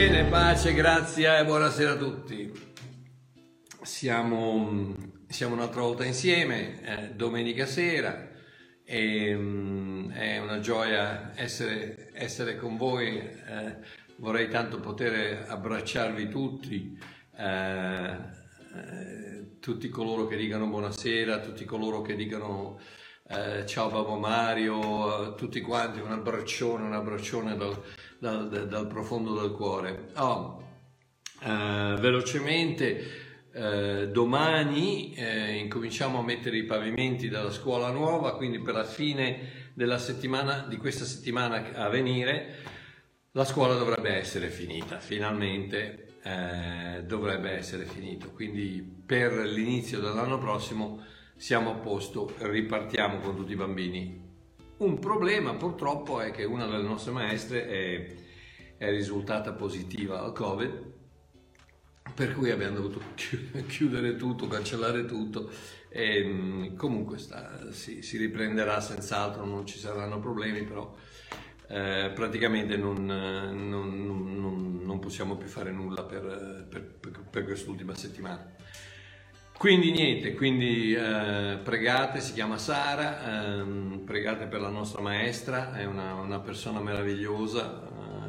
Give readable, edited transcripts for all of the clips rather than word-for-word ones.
Bene, pace, grazia e buonasera a tutti. Siamo un'altra volta insieme, domenica sera, e è una gioia essere con voi. Vorrei tanto poter abbracciarvi tutti, tutti coloro che dicono buonasera, tutti coloro che dicono ciao Babbo Mario, tutti quanti, un abbraccione dal profondo del cuore. Velocemente, domani incominciamo a mettere i pavimenti della scuola nuova, quindi per la fine della settimana, di questa settimana a venire, la scuola dovrebbe essere finita, finalmente dovrebbe essere finito, quindi per l'inizio dell'anno prossimo siamo a posto, ripartiamo con tutti i bambini. Un problema purtroppo è che una delle nostre maestre è risultata positiva al Covid, per cui abbiamo dovuto chiudere tutto, cancellare tutto, e comunque si riprenderà senz'altro, non ci saranno problemi, però praticamente non possiamo più fare nulla per quest'ultima settimana. Quindi niente, pregate, si chiama Sara, pregate per la nostra maestra, è una persona meravigliosa,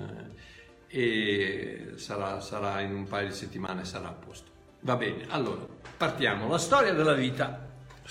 e sarà in un paio di settimane, sarà a posto. Va bene, allora partiamo. La storia della vita,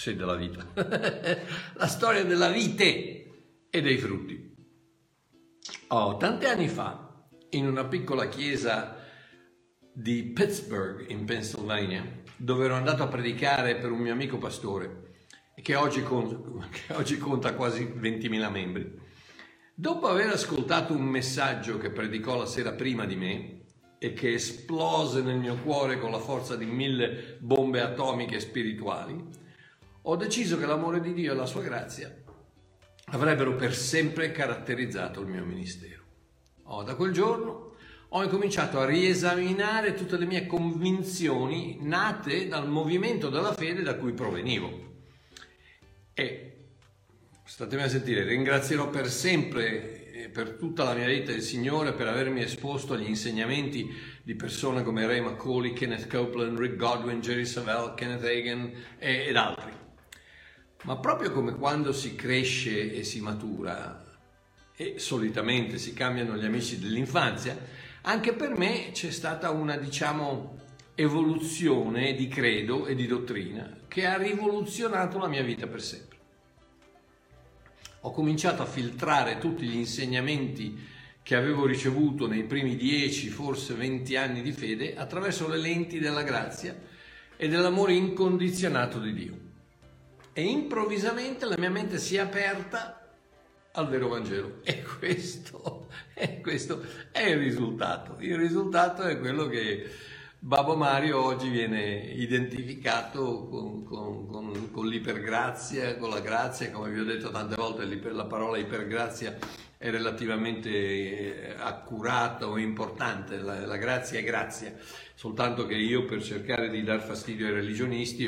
la storia della vite e dei frutti. Tanti anni fa, in una piccola chiesa di Pittsburgh in Pennsylvania, dove ero andato a predicare per un mio amico pastore che oggi conta quasi 20.000 membri. Dopo aver ascoltato un messaggio che predicò la sera prima di me e che esplose nel mio cuore con la forza di 1000 bombe atomiche spirituali, ho deciso che l'amore di Dio e la sua grazia avrebbero per sempre caratterizzato il mio ministero. Da quel giorno ho incominciato a riesaminare tutte le mie convinzioni nate dal movimento della fede da cui provenivo. E statemi a sentire, ringrazierò per sempre e per tutta la mia vita il Signore per avermi esposto agli insegnamenti di persone come Ray McCauley, Kenneth Copeland, Rick Godwin, Jerry Savelle, Kenneth Hagin ed altri. Ma proprio come quando si cresce e si matura e solitamente si cambiano gli amici dell'infanzia, anche per me c'è stata una, evoluzione di credo e di dottrina che ha rivoluzionato la mia vita per sempre. Ho cominciato a filtrare tutti gli insegnamenti che avevo ricevuto nei primi 10, forse 20 anni di fede attraverso le lenti della grazia e dell'amore incondizionato di Dio. E improvvisamente la mia mente si è aperta al vero Vangelo, e questo è il risultato. Il risultato è quello che Babbo Mario oggi viene identificato con l'ipergrazia, con la grazia. Come vi ho detto tante volte, la parola ipergrazia è relativamente accurata o importante. La grazia è grazia, soltanto che io, per cercare di dar fastidio ai religionisti,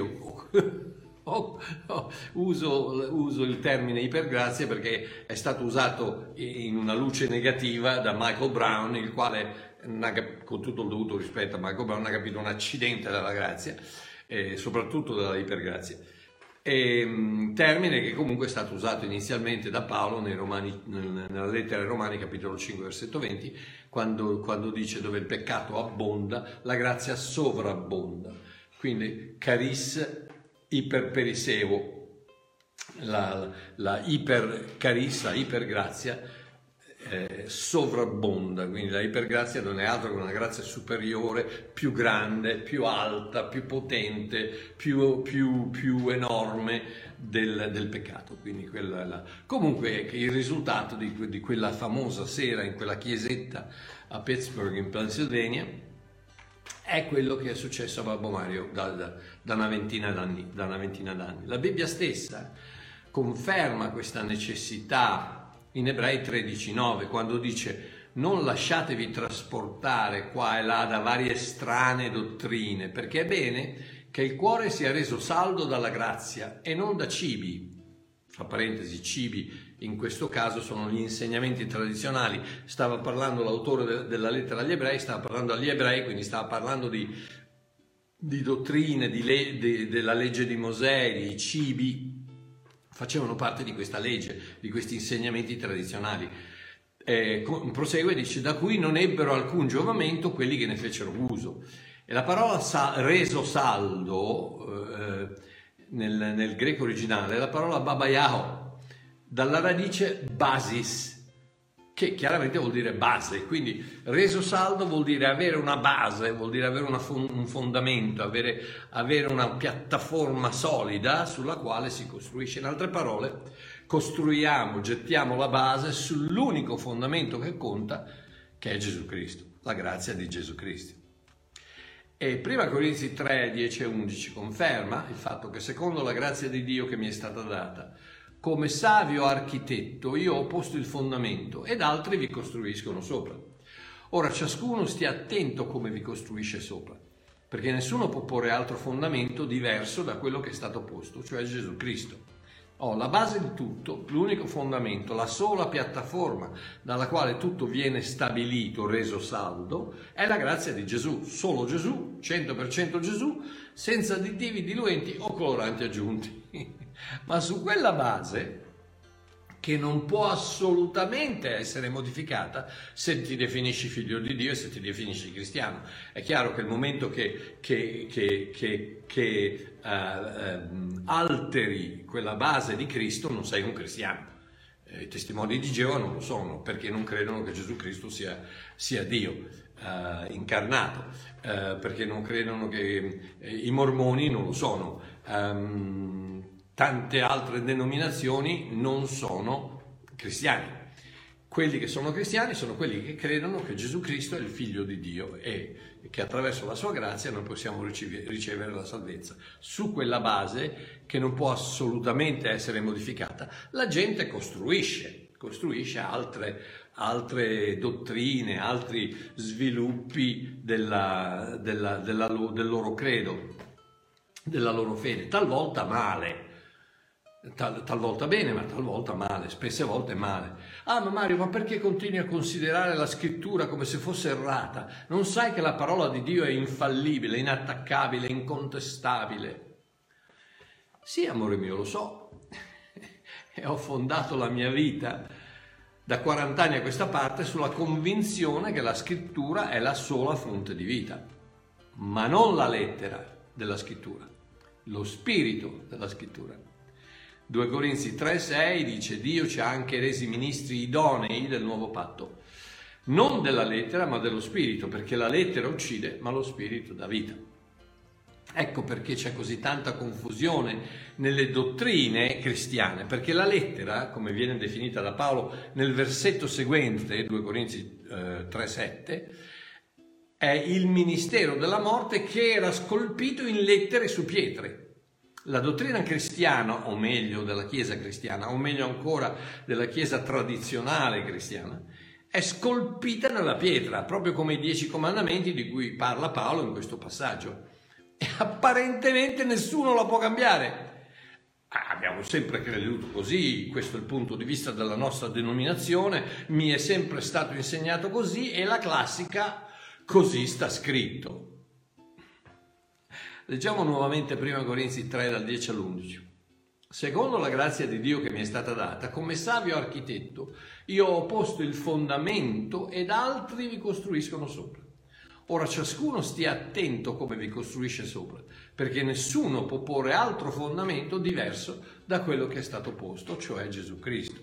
uso il termine ipergrazia perché è stato usato in una luce negativa da Michael Brown, il quale, con tutto il dovuto rispetto a Michael Brown, ha capito un accidente dalla grazia, soprattutto dalla ipergrazia. Termine che comunque è stato usato inizialmente da Paolo nella lettera ai Romani, capitolo 5, versetto 20, quando dice: dove il peccato abbonda, la grazia sovrabbonda. Quindi caris iperperiseo, la ipercaris, la ipergrazia sovrabbonda. Quindi la ipergrazia non è altro che una grazia superiore, più grande, più alta, più potente, più enorme del peccato. Quindi comunque il risultato di quella famosa sera in quella chiesetta a Pittsburgh in Pennsylvania è quello che è successo a Babbo Mario da una ventina d'anni. La Bibbia stessa conferma questa necessità in Ebrei 13,9, quando dice: non lasciatevi trasportare qua e là da varie strane dottrine, perché è bene che il cuore sia reso saldo dalla grazia e non da cibi, fra parentesi cibi in questo caso sono gli insegnamenti tradizionali. Stava parlando l'autore della lettera agli ebrei, stava parlando agli ebrei, quindi stava parlando di dottrine, della legge di Mosè, di cibi, facevano parte di questa legge, di questi insegnamenti tradizionali. Prosegue e dice: da cui non ebbero alcun giovamento quelli che ne fecero uso. E la parola reso saldo nel greco originale è la parola babaiao, dalla radice basis, che chiaramente vuol dire base. Quindi reso saldo vuol dire avere una base, vuol dire avere un fondamento, avere una piattaforma solida sulla quale si costruisce. In altre parole, gettiamo la base sull'unico fondamento che conta, che è Gesù Cristo, la grazia di Gesù Cristo. E 1 Corinzi 3, 10 e 11 conferma il fatto che secondo la grazia di Dio che mi è stata data, come savio architetto io ho posto il fondamento ed altri vi costruiscono sopra. Ora ciascuno stia attento come vi costruisce sopra, perché nessuno può porre altro fondamento diverso da quello che è stato posto, cioè Gesù Cristo. La base di tutto, l'unico fondamento, la sola piattaforma dalla quale tutto viene stabilito, reso saldo, è la grazia di Gesù. Solo Gesù, 100% Gesù, senza additivi, diluenti o coloranti aggiunti. Ma su quella base, che non può assolutamente essere modificata se ti definisci figlio di Dio e se ti definisci cristiano. È chiaro che il momento che alteri quella base di Cristo non sei un cristiano. I testimoni di Geova non lo sono, perché non credono che Gesù Cristo sia Dio incarnato, perché non credono che i mormoni non lo sono. Tante altre denominazioni non sono cristiani. Quelli che sono cristiani sono quelli che credono che Gesù Cristo è il figlio di Dio e che attraverso la sua grazia noi possiamo ricevere la salvezza. Su quella base, che non può assolutamente essere modificata, la gente costruisce altre dottrine, altri sviluppi del loro credo, della loro fede, talvolta male. Talvolta bene, ma talvolta male, spesse volte male. Ma Mario, ma perché continui a considerare la scrittura come se fosse errata? Non sai che la parola di Dio è infallibile, inattaccabile, incontestabile? Sì, amore mio, lo so, e ho fondato la mia vita da 40 anni a questa parte sulla convinzione che la scrittura è la sola fonte di vita, ma non la lettera della scrittura, lo spirito della scrittura. 2 Corinzi 3,6 dice: Dio ci ha anche resi ministri idonei del nuovo patto, non della lettera ma dello spirito, perché la lettera uccide ma lo spirito dà vita. Ecco perché c'è così tanta confusione nelle dottrine cristiane, perché la lettera, come viene definita da Paolo nel versetto seguente, 2 Corinzi 3,7, è il ministero della morte che era scolpito in lettere su pietre. La dottrina cristiana, o meglio della Chiesa cristiana, o meglio ancora della Chiesa tradizionale cristiana, è scolpita nella pietra, proprio come i 10 comandamenti di cui parla Paolo in questo passaggio. E apparentemente nessuno la può cambiare. Abbiamo sempre creduto così, questo è il punto di vista della nostra denominazione, mi è sempre stato insegnato così, e la classica: così sta scritto. Leggiamo nuovamente 1 Corinzi 3 dal 10 all'11. Secondo la grazia di Dio che mi è stata data, come savio architetto, io ho posto il fondamento ed altri vi costruiscono sopra. Ora ciascuno stia attento come vi costruisce sopra, perché nessuno può porre altro fondamento diverso da quello che è stato posto, cioè Gesù Cristo.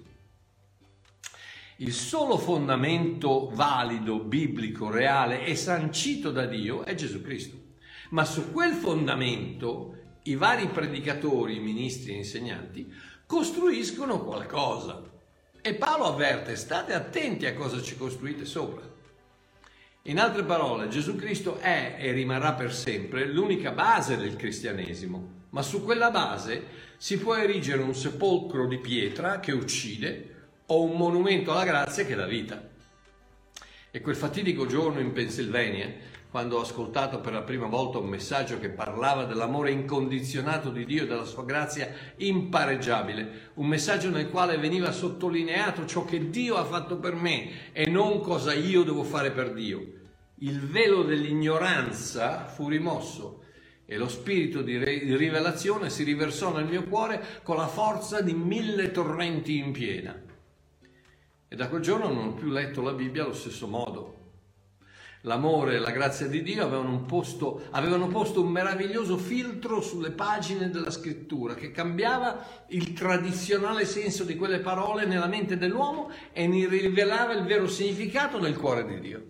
Il solo fondamento valido, biblico, reale e sancito da Dio è Gesù Cristo. Ma su quel fondamento i vari predicatori, ministri e insegnanti costruiscono qualcosa. E Paolo avverte: state attenti a cosa ci costruite sopra. In altre parole, Gesù Cristo è e rimarrà per sempre l'unica base del cristianesimo, ma su quella base si può erigere un sepolcro di pietra che uccide o un monumento alla grazia che dà vita. E quel fatidico giorno in Pennsylvania, quando ho ascoltato per la prima volta un messaggio che parlava dell'amore incondizionato di Dio e della sua grazia impareggiabile, un messaggio nel quale veniva sottolineato ciò che Dio ha fatto per me e non cosa io devo fare per Dio, il velo dell'ignoranza fu rimosso e lo spirito di rivelazione si riversò nel mio cuore con la forza di 1000 torrenti in piena. E da quel giorno non ho più letto la Bibbia allo stesso modo. L'amore e la grazia di Dio avevano posto un meraviglioso filtro sulle pagine della scrittura che cambiava il tradizionale senso di quelle parole nella mente dell'uomo e ne rivelava il vero significato nel cuore di Dio.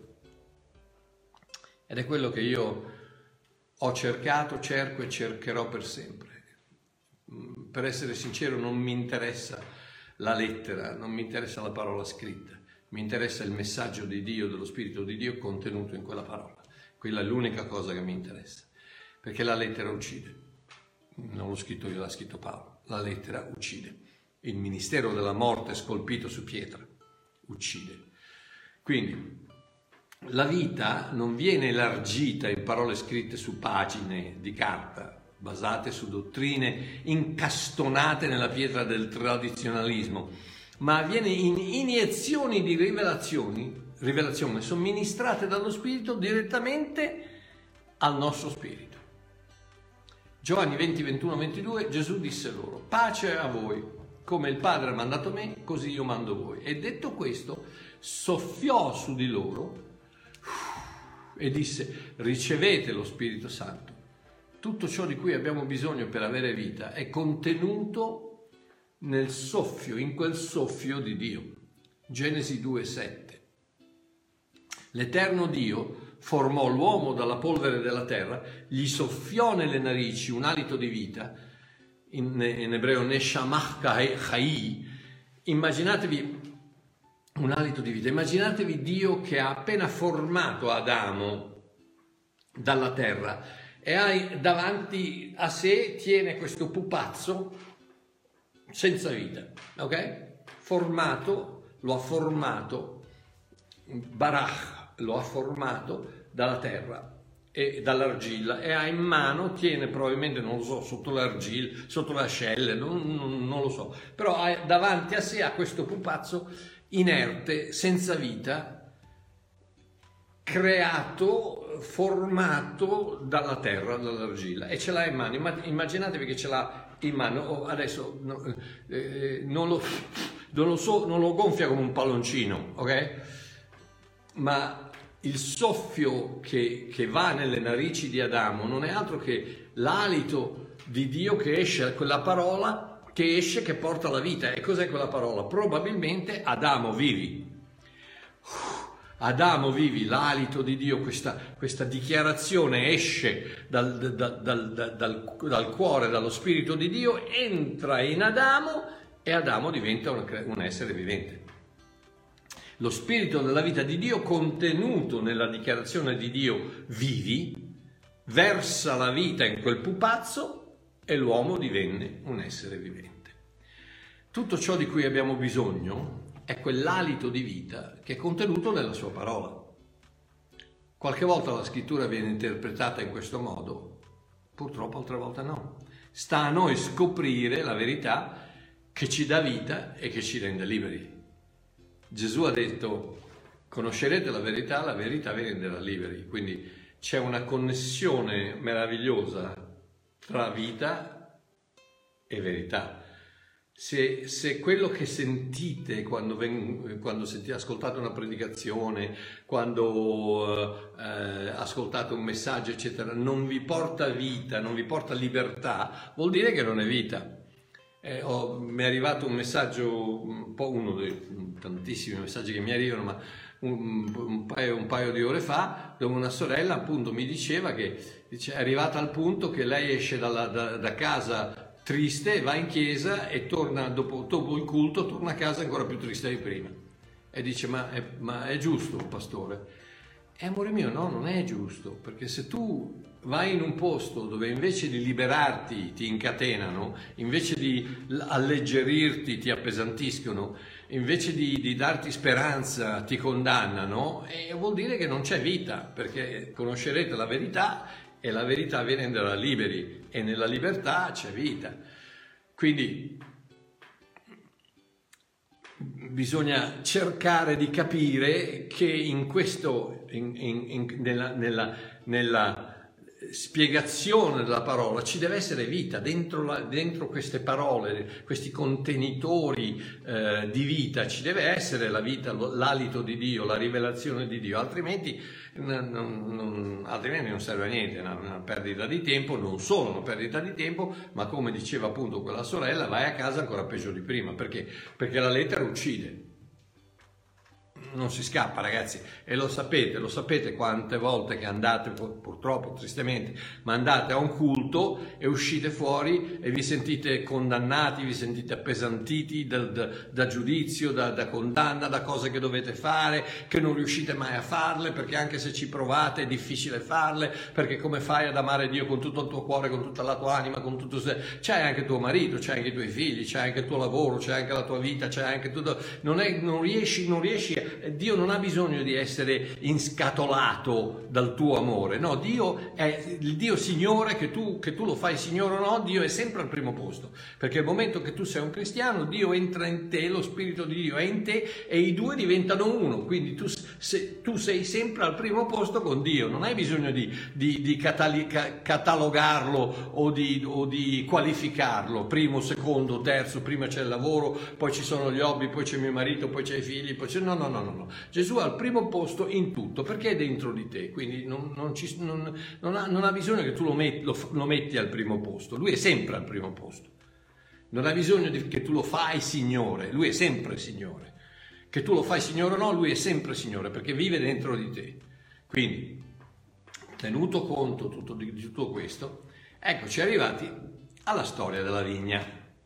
Ed è quello che io ho cercato, cerco e cercherò per sempre. Per essere sincero, non mi interessa la lettera, non mi interessa la parola scritta. Mi interessa il messaggio di Dio, dello Spirito di Dio contenuto in quella parola. Quella è l'unica cosa che mi interessa, perché la lettera uccide. Non l'ho scritto io, l'ha scritto Paolo. La lettera uccide. Il ministero della morte scolpito su pietra uccide. Quindi la vita non viene elargita in parole scritte su pagine di carta, basate su dottrine incastonate nella pietra del tradizionalismo, ma avviene in iniezioni di rivelazione somministrate dallo Spirito direttamente al nostro spirito. Giovanni 20, 21, 22, Gesù disse loro: pace a voi, come il Padre ha mandato me, così io mando voi. E detto questo, soffiò su di loro e disse: ricevete lo Spirito Santo. Tutto ciò di cui abbiamo bisogno per avere vita è contenuto nel soffio, in quel soffio di Dio. Genesi 2,7. L'eterno Dio formò l'uomo dalla polvere della terra, gli soffiò nelle narici un alito di vita, in ebreo Neshamah Chai. Immaginatevi un alito di vita, immaginatevi Dio che ha appena formato Adamo dalla terra e davanti a sé tiene questo pupazzo senza vita, ok? Lo ha formato, Barach lo ha formato dalla terra e dall'argilla e ha in mano, tiene probabilmente, non lo so, sotto l'argilla, sotto l'ascelle, non lo so, però davanti a sé ha questo pupazzo inerte, senza vita, creato, formato dalla terra, dall'argilla, e ce l'ha in mano. Immaginatevi che ce l'ha in mano. Adesso non lo gonfia come un palloncino, ok? Ma il soffio che va nelle narici di Adamo non è altro che l'alito di Dio che esce, quella parola che esce, che porta la vita. E cos'è quella parola? Probabilmente Adamo vivi. Adamo vivi, l'alito di Dio, questa dichiarazione esce dal cuore, dallo Spirito di Dio, entra in Adamo e Adamo diventa un essere vivente. Lo Spirito della vita di Dio, contenuto nella dichiarazione di Dio vivi, versa la vita in quel pupazzo e l'uomo divenne un essere vivente. Tutto ciò di cui abbiamo bisogno è quell'alito di vita che è contenuto nella sua parola. Qualche volta la scrittura viene interpretata in questo modo, purtroppo altre volte no. Sta a noi scoprire la verità che ci dà vita e che ci rende liberi. Gesù ha detto: conoscerete la verità vi renderà liberi. Quindi c'è una connessione meravigliosa tra vita e verità. Se quello che sentite quando ascoltate una predicazione, quando ascoltate un messaggio, eccetera, non vi porta vita, non vi porta libertà, vuol dire che non è vita. Mi è arrivato un messaggio, uno dei tantissimi messaggi che mi arrivano, ma un paio di ore fa, dove una sorella appunto mi diceva che è arrivata al punto che lei esce da casa triste, va in chiesa e torna dopo il culto, torna a casa ancora più triste di prima e dice: ma è giusto, pastore? Amore mio, no, non è giusto, perché se tu vai in un posto dove invece di liberarti ti incatenano, invece di alleggerirti ti appesantiscono, invece di darti speranza ti condannano, vuol dire che non c'è vita, perché conoscerete la verità e la verità vi renderà liberi e nella libertà c'è vita. Quindi bisogna cercare di capire che in questo, nella spiegazione della parola ci deve essere vita dentro queste parole, questi contenitori di vita, ci deve essere la vita, l'alito di Dio, la rivelazione di Dio, altrimenti non serve a niente, è una perdita di tempo, non solo una perdita di tempo, ma come diceva appunto quella sorella, vai a casa ancora peggio di prima, perché la lettera uccide. Non si scappa, ragazzi, e lo sapete quante volte che andate, purtroppo, tristemente, ma andate a un culto e uscite fuori e vi sentite condannati, vi sentite appesantiti da giudizio, da condanna, da cose che dovete fare, che non riuscite mai a farle, perché anche se ci provate è difficile farle, perché come fai ad amare Dio con tutto il tuo cuore, con tutta la tua anima, con tutto c'hai anche tuo marito, c'hai anche i tuoi figli, c'hai anche il tuo lavoro, c'hai anche la tua vita, c'hai anche tutto, non riesci Dio non ha bisogno di essere inscatolato dal tuo amore, no, Dio è il Dio Signore, che tu lo fai Signore o no, Dio è sempre al primo posto, perché il momento che tu sei un cristiano, Dio entra in te, lo Spirito di Dio è in te e i due diventano uno, quindi tu sei sempre al primo posto con Dio, non hai bisogno di catalogarlo o di qualificarlo, primo, secondo, terzo, prima c'è il lavoro, poi ci sono gli hobby, poi c'è mio marito, poi c'è i figli, poi c'è... No. Gesù ha il primo posto in tutto, perché è dentro di te, quindi non ha bisogno che tu lo metti al primo posto, lui è sempre al primo posto. Non ha bisogno che tu lo fai Signore, lui è sempre Signore. Che tu lo fai Signore o no, lui è sempre Signore, perché vive dentro di te. Quindi, tenuto conto di tutto questo, eccoci arrivati alla storia della vigna.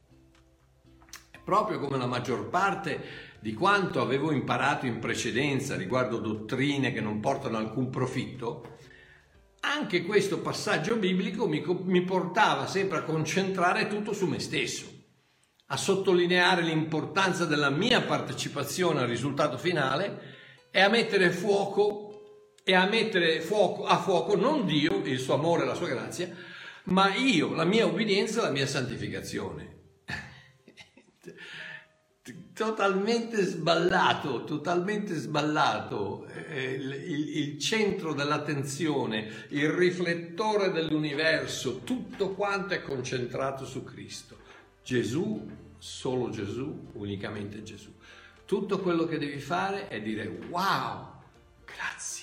Proprio come la maggior parte di quanto avevo imparato in precedenza riguardo dottrine che non portano alcun profitto, anche questo passaggio biblico mi portava sempre a concentrare tutto su me stesso, a sottolineare l'importanza della mia partecipazione al risultato finale e a mettere a fuoco non Dio, il suo amore e la sua grazia, ma io, la mia obbedienza e la mia santificazione. Totalmente sballato, il centro dell'attenzione, il riflettore dell'universo, tutto quanto è concentrato su Cristo. Gesù, solo Gesù, unicamente Gesù. Tutto quello che devi fare è dire wow, grazie.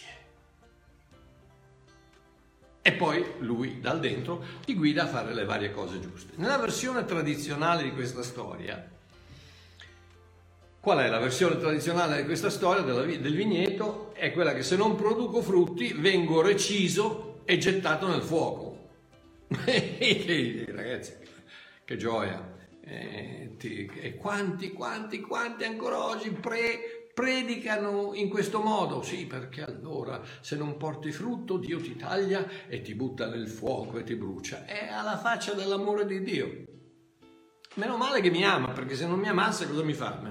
E poi lui dal dentro ti guida a fare le varie cose giuste. Nella versione tradizionale di questa storia, qual è la versione tradizionale di questa storia del vigneto? È quella che se non produco frutti vengo reciso e gettato nel fuoco. Ragazzi, che gioia! E quanti ancora oggi predicano in questo modo? Sì, perché allora se non porti frutto Dio ti taglia e ti butta nel fuoco e ti brucia. È alla faccia dell'amore di Dio. Meno male che mi ama, perché se non mi amasse cosa mi fa?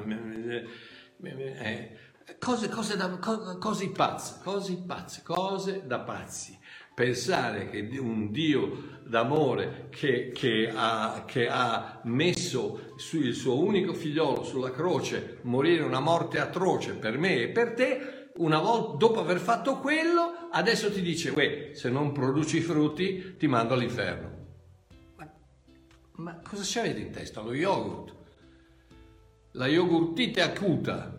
Cose da pazzi. Pensare che un Dio d'amore che ha messo il suo unico figliolo sulla croce, morire una morte atroce per me e per te, una volta dopo aver fatto quello, adesso ti dice: se non produci frutti ti mando all'inferno. Ma cosa ci avete in testa? Lo yogurt? La yogurtite acuta?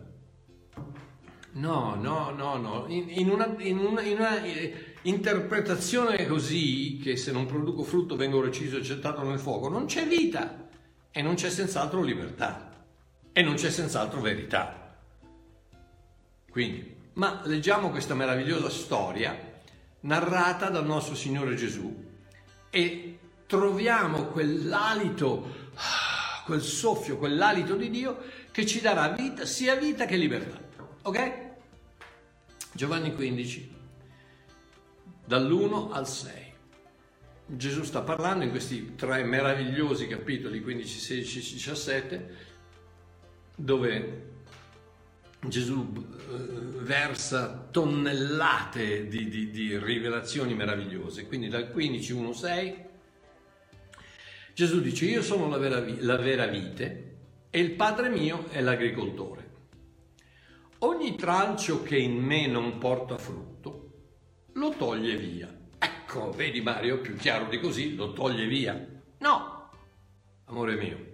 No. In una interpretazione così, che se non produco frutto vengo reciso e gettato nel fuoco, non c'è vita e non c'è senz'altro libertà e non c'è senz'altro verità. Quindi, ma leggiamo questa meravigliosa storia narrata dal nostro Signore Gesù e troviamo quell'alito, quel soffio, quell'alito di Dio che ci darà vita, sia vita che libertà. Ok? Giovanni 15, dall'1 al 6. Gesù sta parlando in questi 3 meravigliosi capitoli, 15, 16, 17, dove Gesù versa tonnellate di rivelazioni meravigliose. Quindi dal 15:1-6 Gesù dice: io sono la vera vite e il Padre mio è l'agricoltore. Ogni tralcio che in me non porta frutto lo toglie via. Ecco, vedi Mario, più chiaro di così, lo toglie via. No, amore mio,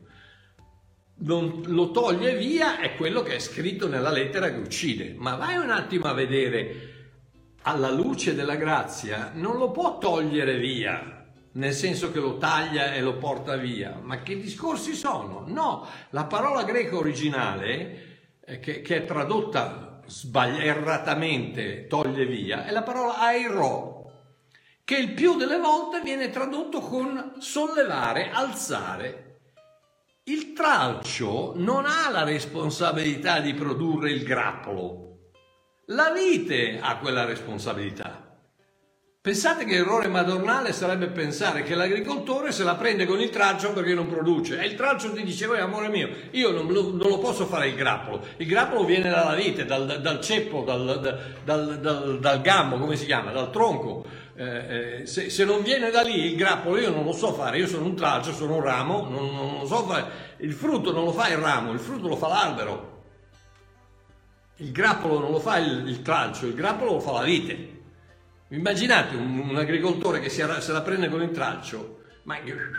lo toglie via è quello che è scritto nella lettera che uccide, ma vai un attimo a vedere, alla luce della grazia non lo può togliere via, nel senso che lo taglia e lo porta via. Ma che discorsi sono? No, la parola greca originale che è tradotta erratamente toglie via è la parola airo, che il più delle volte viene tradotto con sollevare, alzare. Il tralcio non ha la responsabilità di produrre il grappolo, la vite ha quella responsabilità. Pensate che errore madornale sarebbe pensare che l'agricoltore se la prende con il tralcio perché non produce, e il tralcio ti dice: amore mio, io non lo posso fare il grappolo viene dalla vite, dal ceppo, dal gambo, come si chiama, dal tronco. Se non viene da lì il grappolo io non lo so fare, io sono un tralcio, sono un ramo, non lo so fare. Il frutto non lo fa il ramo, il frutto lo fa l'albero. Il grappolo non lo fa il tralcio, il grappolo lo fa la vite. Immaginate un agricoltore che se la prende con il tralcio, ma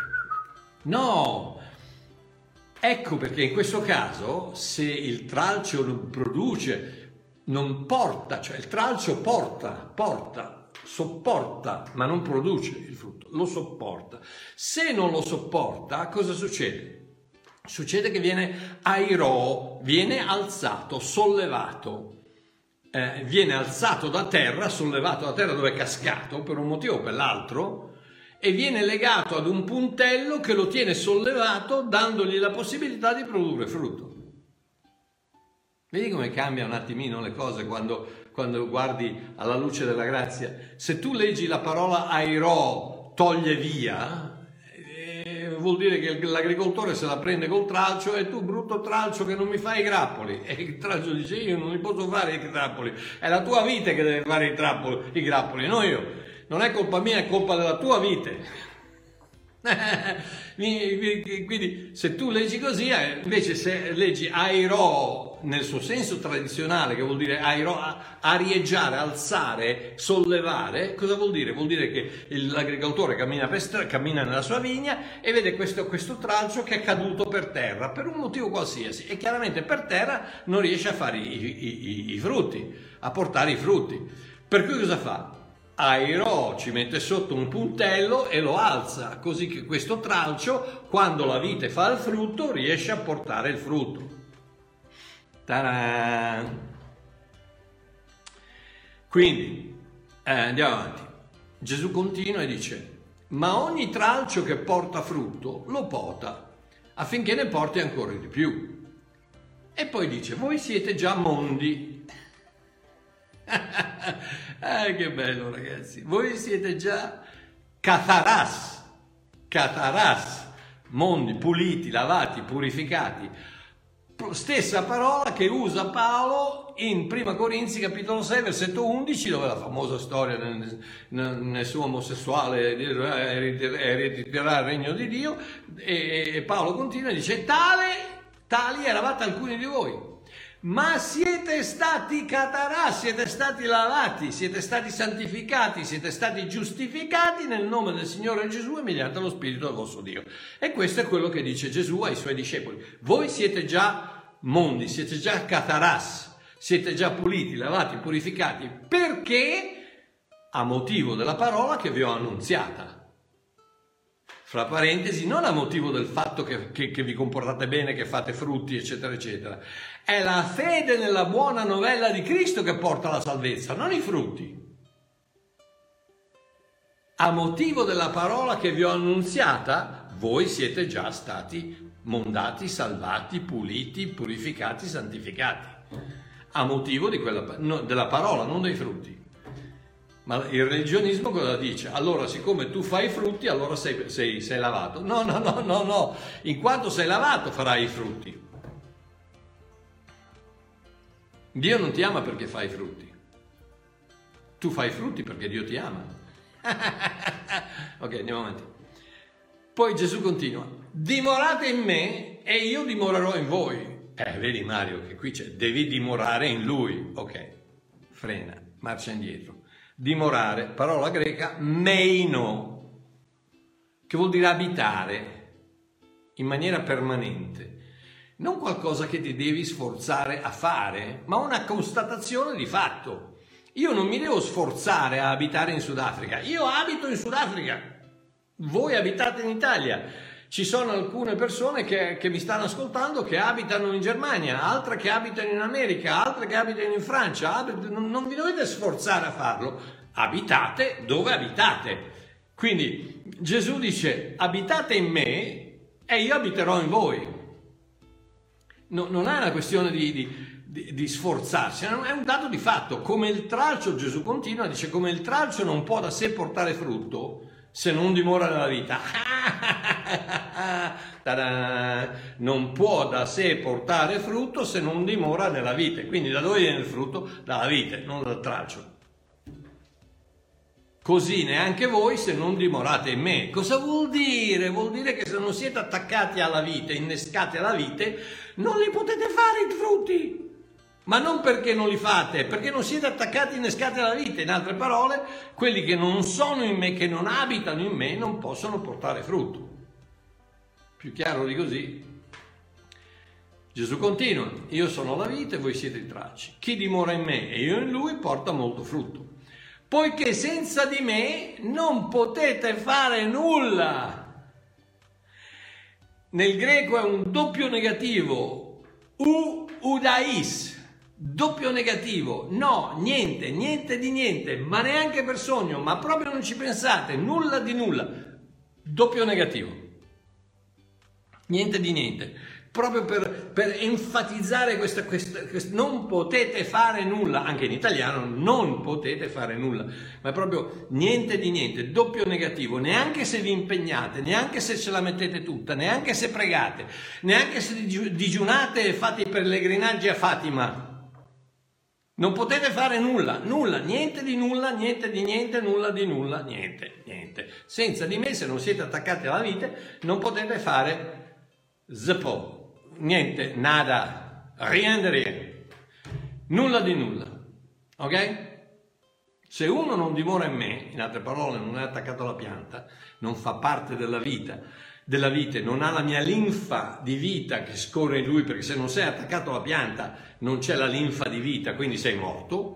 no! Ecco perché in questo caso, se il tralcio non produce, non porta, cioè il tralcio sopporta, ma non produce il frutto, lo sopporta. Se non lo sopporta, cosa succede? Succede che viene airò, viene alzato, sollevato. Viene alzato da terra, sollevato da terra dove è cascato per un motivo o per l'altro, e viene legato ad un puntello che lo tiene sollevato, dandogli la possibilità di produrre frutto. Vedi come cambia un attimino le cose quando guardi alla luce della grazia? Se tu leggi la parola airò, toglie via, vuol dire che l'agricoltore se la prende col tralcio, e tu, brutto tralcio che non mi fai i grappoli, e il tralcio dice: io non li posso fare i grappoli, è la tua vite che deve fare i grappoli, non io, non è colpa mia, è colpa della tua vite. Quindi se tu leggi così, invece se leggi airò nel suo senso tradizionale, che vuol dire airò, arieggiare, alzare, sollevare, cosa vuol dire? Vuol dire che l'agricoltore cammina nella sua vigna e vede questo tralcio che è caduto per terra per un motivo qualsiasi, e chiaramente per terra non riesce a fare i frutti, a portare i frutti. Per cui cosa fa? Airò ci mette sotto un puntello e lo alza, così che questo tralcio, quando la vite fa il frutto, riesce a portare il frutto. Ta-da! Quindi andiamo avanti. Gesù continua e dice: ma ogni tralcio che porta frutto lo pota, affinché ne porti ancora di più. E poi dice: voi siete già mondi. Che bello, ragazzi, voi siete già kataras, mondi puliti, lavati, purificati, stessa parola che usa Paolo in Prima Corinzi capitolo 6 versetto 11, dove la famosa storia nel suo omosessuale erediterà il regno di Dio, e Paolo continua e dice: tali eravate alcuni di voi, ma siete stati katarà, siete stati lavati, siete stati santificati, siete stati giustificati nel nome del Signore Gesù e mediante lo Spirito del vostro Dio. E questo è quello che dice Gesù ai suoi discepoli: voi siete già mondi, siete già katarás, siete già puliti, lavati, purificati, perché a motivo della parola che vi ho annunziata. Fra parentesi, non a motivo del fatto che vi comportate bene, che fate frutti, eccetera, eccetera. È la fede nella buona novella di Cristo che porta alla salvezza, non i frutti. A motivo della parola che vi ho annunziata, voi siete già stati mondati, salvati, puliti, purificati, santificati. A motivo della parola, non dei frutti. Ma il religionismo cosa dice? Allora, siccome tu fai i frutti, allora sei lavato. No. In quanto sei lavato farai i frutti. Dio non ti ama perché fai frutti. Tu fai frutti perché Dio ti ama. Ok, andiamo avanti. Poi Gesù continua: dimorate in me e io dimorerò in voi. Vedi Mario che qui c'è, devi dimorare in lui. Ok, frena, marcia indietro. Dimorare, parola greca meino, che vuol dire abitare in maniera permanente. Non qualcosa che ti devi sforzare a fare, ma una constatazione di fatto. Io non mi devo sforzare a abitare in Sudafrica, io abito in Sudafrica, voi abitate in Italia. Ci sono alcune persone che mi stanno ascoltando che abitano in Germania, altre che abitano in America, altre che abitano in Francia. Non vi dovete sforzare a farlo, abitate dove abitate. Quindi Gesù dice: abitate in me e io abiterò in voi. Non è una questione di sforzarsi, è un dato di fatto. Come il tralcio, Gesù continua, dice: come il tralcio non può da sé portare frutto se non dimora nella vita. Non può da sé portare frutto se non dimora nella vite. Quindi da dove viene il frutto? Dalla vite, non dal tralcio. Così neanche voi se non dimorate in me. Cosa vuol dire? Vuol dire che se non siete attaccati alla vite, innescati alla vite, non li potete fare i frutti. Ma non perché non li fate, perché non siete attaccati, innescati alla vita. In altre parole, quelli che non sono in me, che non abitano in me, non possono portare frutto. Più chiaro di così? Gesù continua: io sono la vite, voi siete i tralci. Chi dimora in me e io in lui porta molto frutto. Poiché senza di me non potete fare nulla. Nel greco è un doppio negativo, udais. Doppio negativo, no, niente, niente di niente, ma neanche per sogno, ma proprio non ci pensate, nulla di nulla. Doppio negativo, niente di niente, proprio per enfatizzare questa, non potete fare nulla, anche in italiano non potete fare nulla, ma è proprio niente di niente, doppio negativo, neanche se vi impegnate, neanche se ce la mettete tutta, neanche se pregate, neanche se digiunate e fate i pellegrinaggi a Fatima. Non potete fare nulla, nulla, niente di nulla, niente di niente, nulla di nulla, niente, niente. Senza di me, se non siete attaccati alla vite, non potete fare zpo, niente, nada, rien de rien, nulla di nulla, ok? Se uno non dimora in me, in altre parole non è attaccato alla pianta, non fa parte della vite, non ha la mia linfa di vita che scorre in lui, perché se non sei attaccato alla pianta non c'è la linfa di vita, quindi sei morto,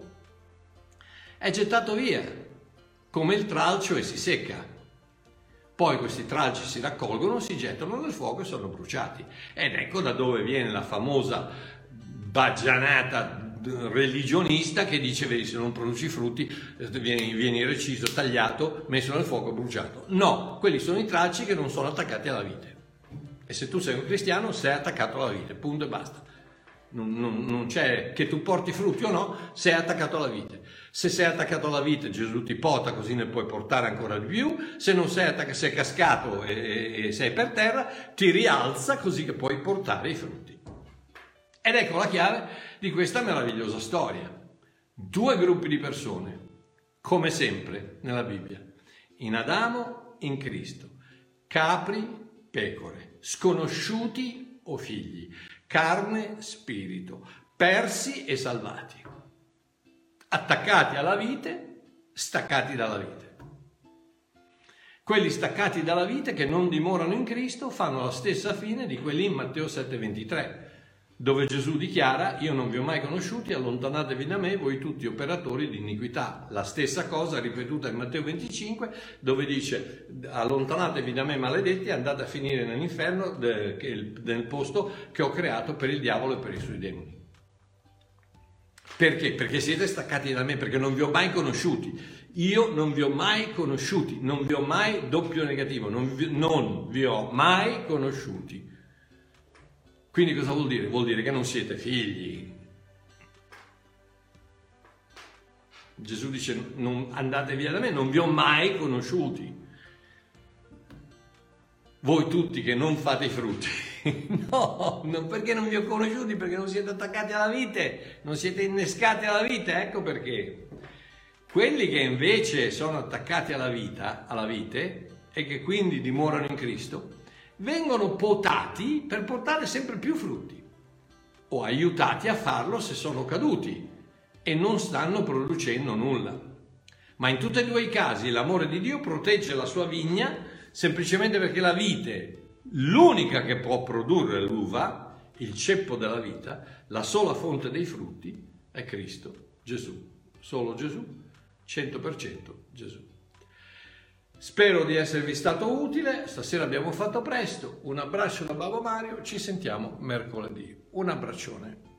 è gettato via come il tralcio e si secca. Poi questi tralci si raccolgono, si gettano nel fuoco e sono bruciati. Ed ecco da dove viene la famosa baggianata religionista che dice: vedi, se non produci frutti vieni reciso, tagliato, messo nel fuoco, bruciato. No, quelli sono i tralci che non sono attaccati alla vite. E se tu sei un cristiano sei attaccato alla vite, punto e basta. Non c'è che tu porti frutti o no, sei attaccato alla vite. Se sei attaccato alla vite, Gesù ti pota, così ne puoi portare ancora di più. Se non sei cascato e sei per terra, ti rialza così che puoi portare i frutti. Ed ecco la chiave di questa meravigliosa storia. Due gruppi di persone, come sempre nella Bibbia: in Adamo, in Cristo, capri, pecore, sconosciuti o figli, carne, spirito, persi e salvati, attaccati alla vite, staccati dalla vite. Quelli staccati dalla vite che non dimorano in Cristo fanno la stessa fine di quelli in Matteo 7,23, dove Gesù dichiara: io non vi ho mai conosciuti, allontanatevi da me, voi tutti operatori di iniquità. La stessa cosa ripetuta in Matteo 25, dove dice: allontanatevi da me maledetti, andate a finire nell'inferno, nel posto che ho creato per il diavolo e per i suoi demoni. Perché? Perché siete staccati da me, perché non vi ho mai conosciuti. Io non vi ho mai conosciuti, non vi ho mai, doppio negativo, non vi ho mai conosciuti. Quindi cosa vuol dire? Vuol dire che non siete figli. Gesù dice: non andate via da me, non vi ho mai conosciuti. Voi tutti che non fate i frutti, No, non perché non vi ho conosciuti, perché non siete attaccati alla vite, non siete innescati alla vita, ecco perché. Quelli che invece sono attaccati alla vite, e che quindi dimorano in Cristo, vengono potati per portare sempre più frutti, o aiutati a farlo se sono caduti e non stanno producendo nulla. Ma in tutti e due i casi l'amore di Dio protegge la sua vigna semplicemente perché la vite, l'unica che può produrre l'uva, il ceppo della vita, la sola fonte dei frutti è Cristo Gesù, solo Gesù, 100% Gesù. Spero di esservi stato utile, stasera abbiamo fatto presto, un abbraccio da Babbo Mario, ci sentiamo mercoledì, un abbraccione.